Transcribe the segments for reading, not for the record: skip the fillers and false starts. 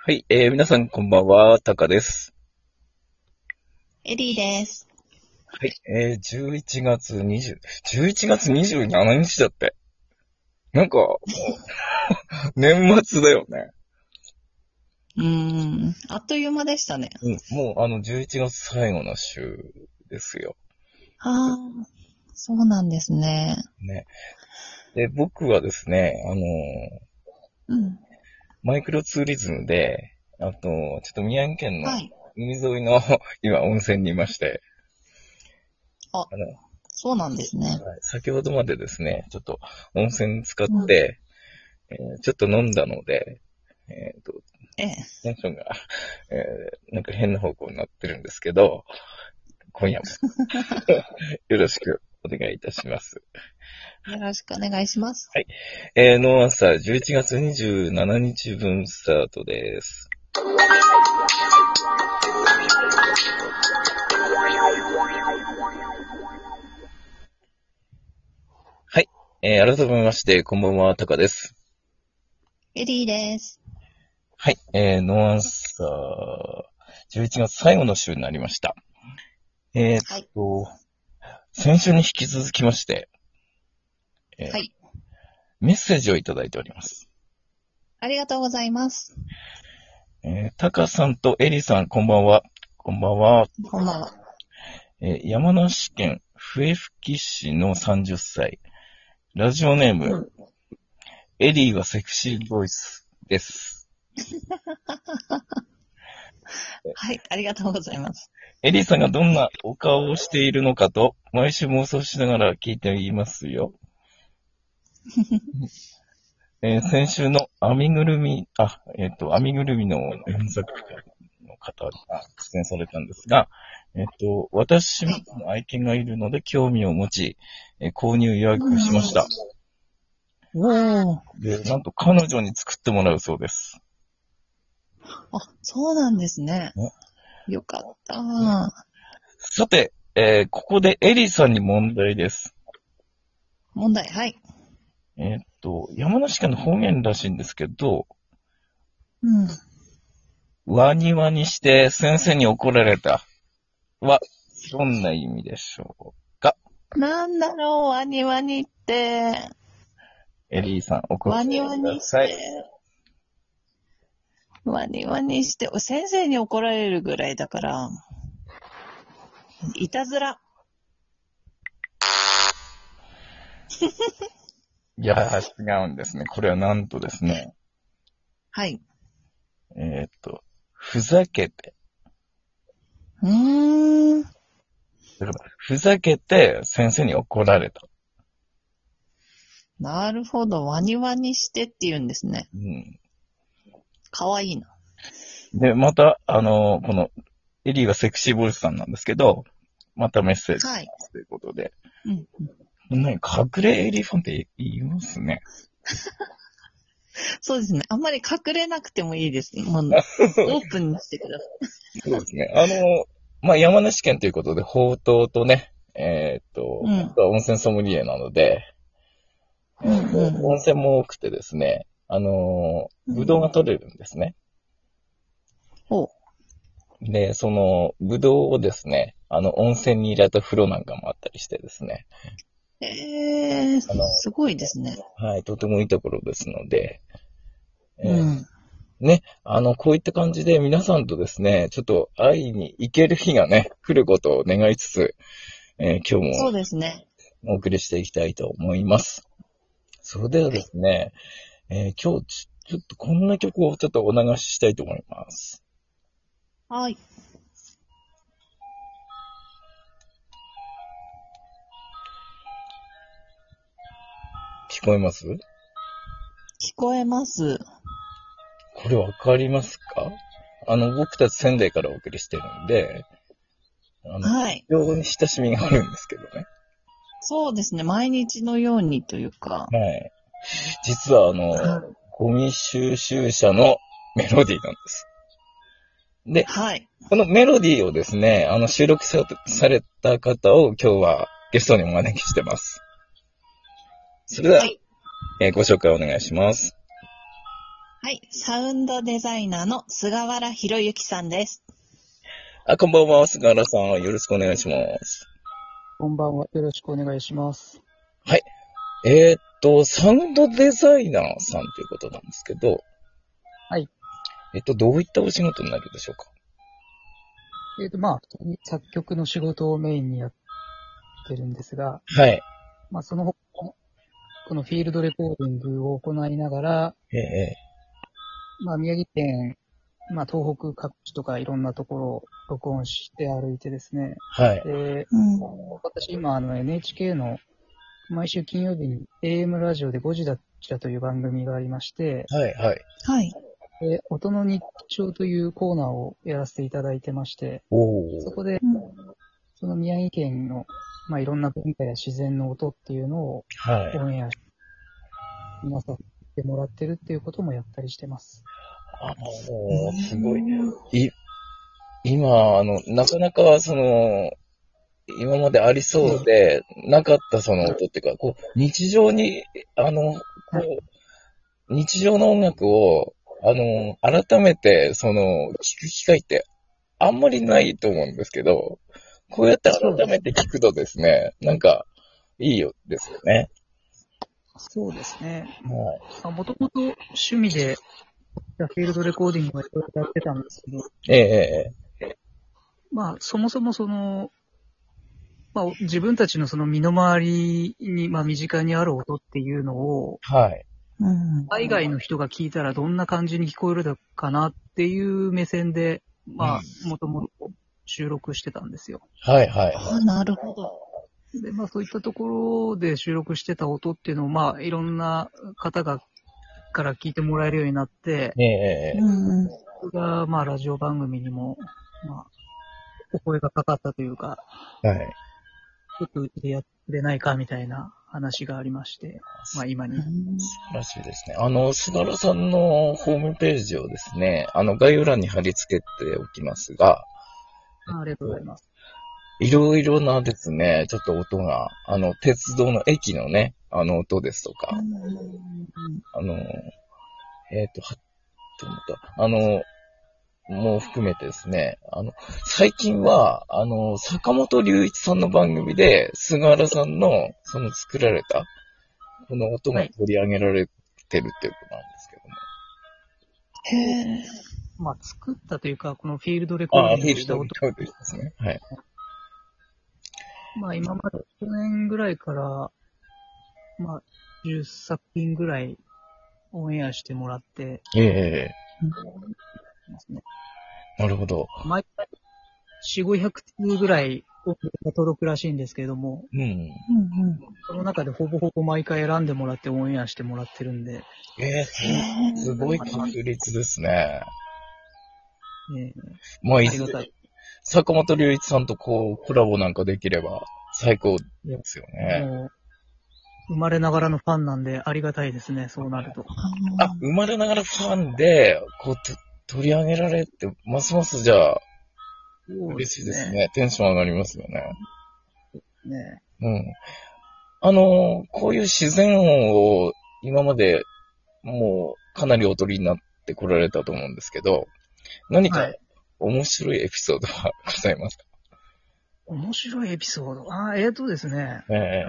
はい、皆さんこんばんは、タカです。 エリーです。 はい、11月20、11月27日だって。なんか、もう、年末だよね。 あっという間でしたね。 うん、もう11月最後の週ですよ。 ああ、そうなんですね。 ね。で、僕はですね、 うん。 マイクロツーリズムで、あと、ちょっと宮城県のはい。 海沿いの今温泉にいまして、 あ、 あの、 そうなんですね。 はい、先ほどまでですね、ちょっと温泉使っうん。 て、ちょっと飲んだので、えっと、 ええ。 テンションが、なんか変な方向になってるんですけど、今夜もよろしくお願いいたします。 よろしくお願いします。 はい。ノーアンサー11月27日分スタートです。はい。改めまして、こんばんは、タカです。 エリーです。 はい。ノーアンサー11月最後の週になりました。えーっはい。 と、先週に引き続きまして、えーはい。 メッセージをいただいております。 ありがとうございます。 タカさんとエリさん、こんばんは。こんばんは。 こんばんは。 山梨県笛吹市の30歳。ラジオネーム、 うん。 エリーはセクシーボイスです。 はい。ありがとうございます。 エリーさんがどんなお顔をしているのかと、毎週妄想しながら聞いていますよ。先週の編みぐるみ、編みぐるみの原作の方が出演されたんですが、私もはい。 愛犬がいるので興味を持ち、購入予約しまうん。 した。 おー。 で、なんと彼女に作ってもらうそうです。 あ、そうなんですね。 ね。 よかった。 さて、ここでエリーさんに問題です。 問題。はい。 山梨県の方言らしいんですけど、 うん。 ワニワニして先生に怒られたは、どんな意味でしょうか？ なんだろう、ワニワニって。 エリーさん、お答ワニえワニしください。 て。ワニワニして、先生に怒られるぐらいだから、いたずら。 いやー、違うんですね。これはなんとですね、 はい。 ふざけて。 うーん。 だから、ふざけて先生に怒られた。 なるほど。ワニワニしてって言うんですね。 うん。 かわいいな。 で、また、この、エリーがセクシーボイスさんなんですけど、またメッセージはい。 ということで、 うん。 何、隠れエリファンって言いますね。 そうですね。あんまり隠れなくてもいいです。もう、オープンにしてくださそうですね。山梨県ということで、ほうとうとね、 い。うん。 僕は温泉ソムリエなので、 うんうん温泉も多くてですね、 うん。 ぶどうが取れるんですね。 ほで、その、ぶどうをですね、温泉に入れた風呂なんかもあったりしてですね、 う。 あの、 すごいですね。 はい、とてもいいところですので、えうん。 ね、こういった感じで皆さんとですね、ちょっと会いに行ける日がね、来ることを願いつつ、今日もそうですね。 お送りしていきたいと思います。それでははい。 ですね、今日ちょっとこんな曲をちょっとお流ししたいと思います。 はい。 聞こえます？ 聞こえます。 これわかりますか？僕たち仙台からお送りしてるんで、 はい。 非常に親しみがあるんですけどね。 そうですね。毎日のようにというか。 はい。実ははゴミ収集車のメロディーなんです。で、 はい。 このメロディーをですね、収録された方を今日はゲストにお招きしてます。それでは、 はい。 ご紹介お願いします。 はい。サウンドデザイナーの菅原博之さんです。 こんばんは、菅原さん。よろしくお願いします。 こんばんは。よろしくお願いします。 はい。サウンドデザイナーさんということなんですけど。 はい。 どういったお仕事になるでしょうか？ 作曲の仕事をメインにやってるんですが、 はい。 その他、このフィールドレコーディングを行いながら、宮城県、東北各地とかいろんなところを録音して歩いてですね。 はい。 で、私今NHK の毎週金曜日に AM ラジオで5時だったという番組がありまして、 はい、はい。 はい。 で、音の日常というコーナーをやらせていただいてまして、そこで、その宮城県の、いろんな文化や自然の音っていうのをオンエアして、皆さんに聞いてもらってるっていうこともやったりしてます。 すごい。今、なかなか、今までありそうで、なかったその音っていうか、日常に、日常の音楽を、改めて、聞く機会ってあんまりないと思うんですけど、こうやって改めて聞くとですね、なんか、いいよですよね。 そうですね。 はい。 もともと趣味で、フィールドレコーディングをやってたんですけど、そもそも自分たちのその身の回りに、身近にある音っていうのを、 はい。 海外の人が聞いたらどんな感じに聞こえるのかなっていう目線で、もともと収録してたんですよ。 はい、はい。 なるほど。 で、そういったところで収録してた音っていうのを、いろんな方から聞いてもらえるようになって、それが、ラジオ番組にも、お声がかかったというか、 はい。 ちょっとうちでやってくれないかみたいな話がありまして、今に。 素晴らしいですね。菅原さんのホームページをですね、概要欄に貼り付けておきますが、 ありがとうございます。 いろいろなですね、ちょっと音が、鉄道の駅のね、音ですとか、もう含めてですね、最近は、坂本龍一さんの番組で、菅原さんの、作られた、この音が取り上げられてるっていうことなんですけども。 へぇ作ったというか、このフィールドレコーディングした音。 フィールドレコーディングですね。はい。 今まで去年ぐらいから、10作品ぐらいオンエアしてもらって、ですね。 なるほど。 毎回4、500通ぐらい音が届くらしいんですけれども、その中でほぼほぼ毎回選んでもらってオンエアしてもらってるんで。 すごい確率ですね。 ありがたい。 坂本龍一さんとコラボなんかできれば最高ですよね。 もう生まれながらのファンなんでありがたいですね、そうなると。 生まれながらファンで、取り上げられて、ますますじゃあ、嬉しいですね。テンション上がりますよね。こういう自然音を今までもうかなりお取りになってこられたと思うんですけど、何か面白いエピソードはございますか？ 面白いエピソードですね。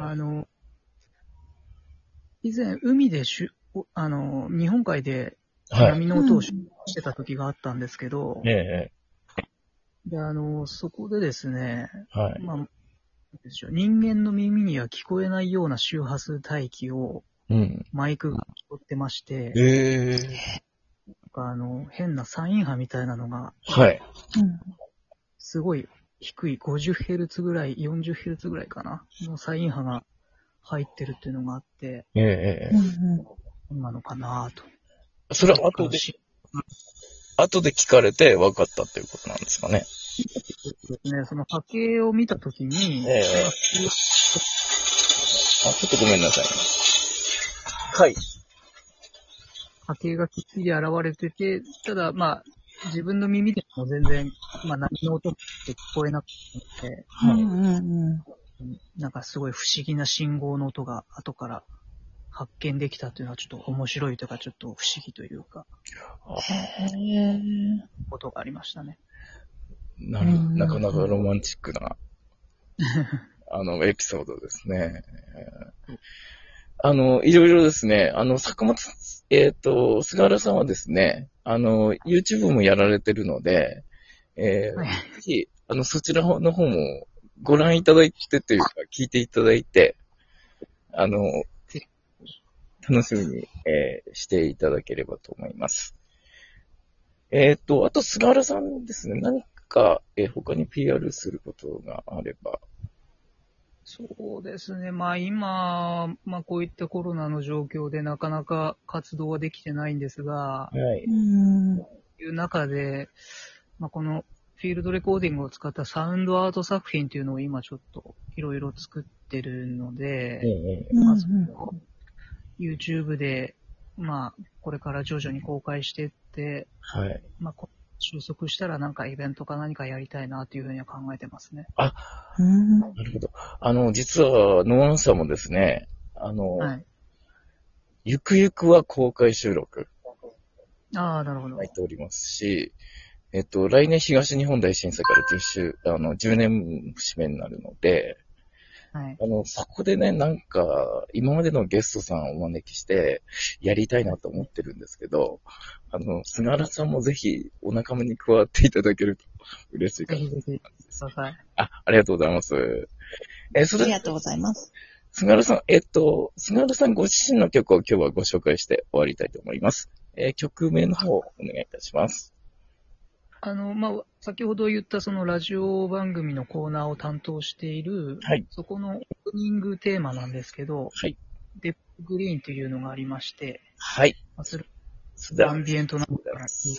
以前海で日本海で波の音をしてた時があったんですけど、で、そこでですね、人間の耳には聞こえないような周波数帯域を、マイクが聞こってまして、変なサイン波みたいなのが、すごい低い 50Hz ぐらい、40Hz ぐらいかな、のサイン波が入ってるっていうのがあって、何なのかなと。 それは後で聞かれて分かったっていうことなんですかね。 その波形を見たときに、 ちょっとごめんなさい。はい。 波形がきっちり現れてて、ただ自分の耳でも全然、何の音って聞こえなくて、なんかすごい不思議な信号の音が後から発見できたというのはちょっと面白いというか、ちょっと不思議というか、ことがありましたね。 なかなかロマンチックな、エピソードですね。いろいろですね、坂本、菅原さんはですね、YouTube もやられてるので、ぜひ、そちらの方もご覧いただいてというか、聞いていただいて、楽しみに、していただければと思います。あと、菅原さんですね、何か、他に PR することがあれば。 そうですね。今、こういったコロナの状況でなかなか活動はできてないんですが、 はい。 いう中で、このフィールドレコーディングを使ったサウンドアート作品というのを今ちょっといろいろ作ってるので、YouTube で、これから徐々に公開していって、 はい。 収束したらなんかイベントか何かやりたいなというふうには考えてますね。 なるほど。実は、ノーアンサーもですね、ゆくゆくは公開収録。 なるほど。 入っておりますし、来年東日本大震災から10年節目になるので、そこでね、なんか、今までのゲストさんをお招きして、やりたいなと思ってるんですけど、菅原さんもぜひ、お仲間に加わっていただけると嬉しいかな。ぜひぜひ、ください。ありがとうございます。 ありがとうございます。 菅原さん、菅原さんご自身の曲を今日はご紹介して終わりたいと思います。曲名の方をお願いいたします。 先ほど言ったそのラジオ番組のコーナーを担当している、そこのオープニングテーマなんですけど、デップグリーンというのがありまして、それアンビエントなどから聞いて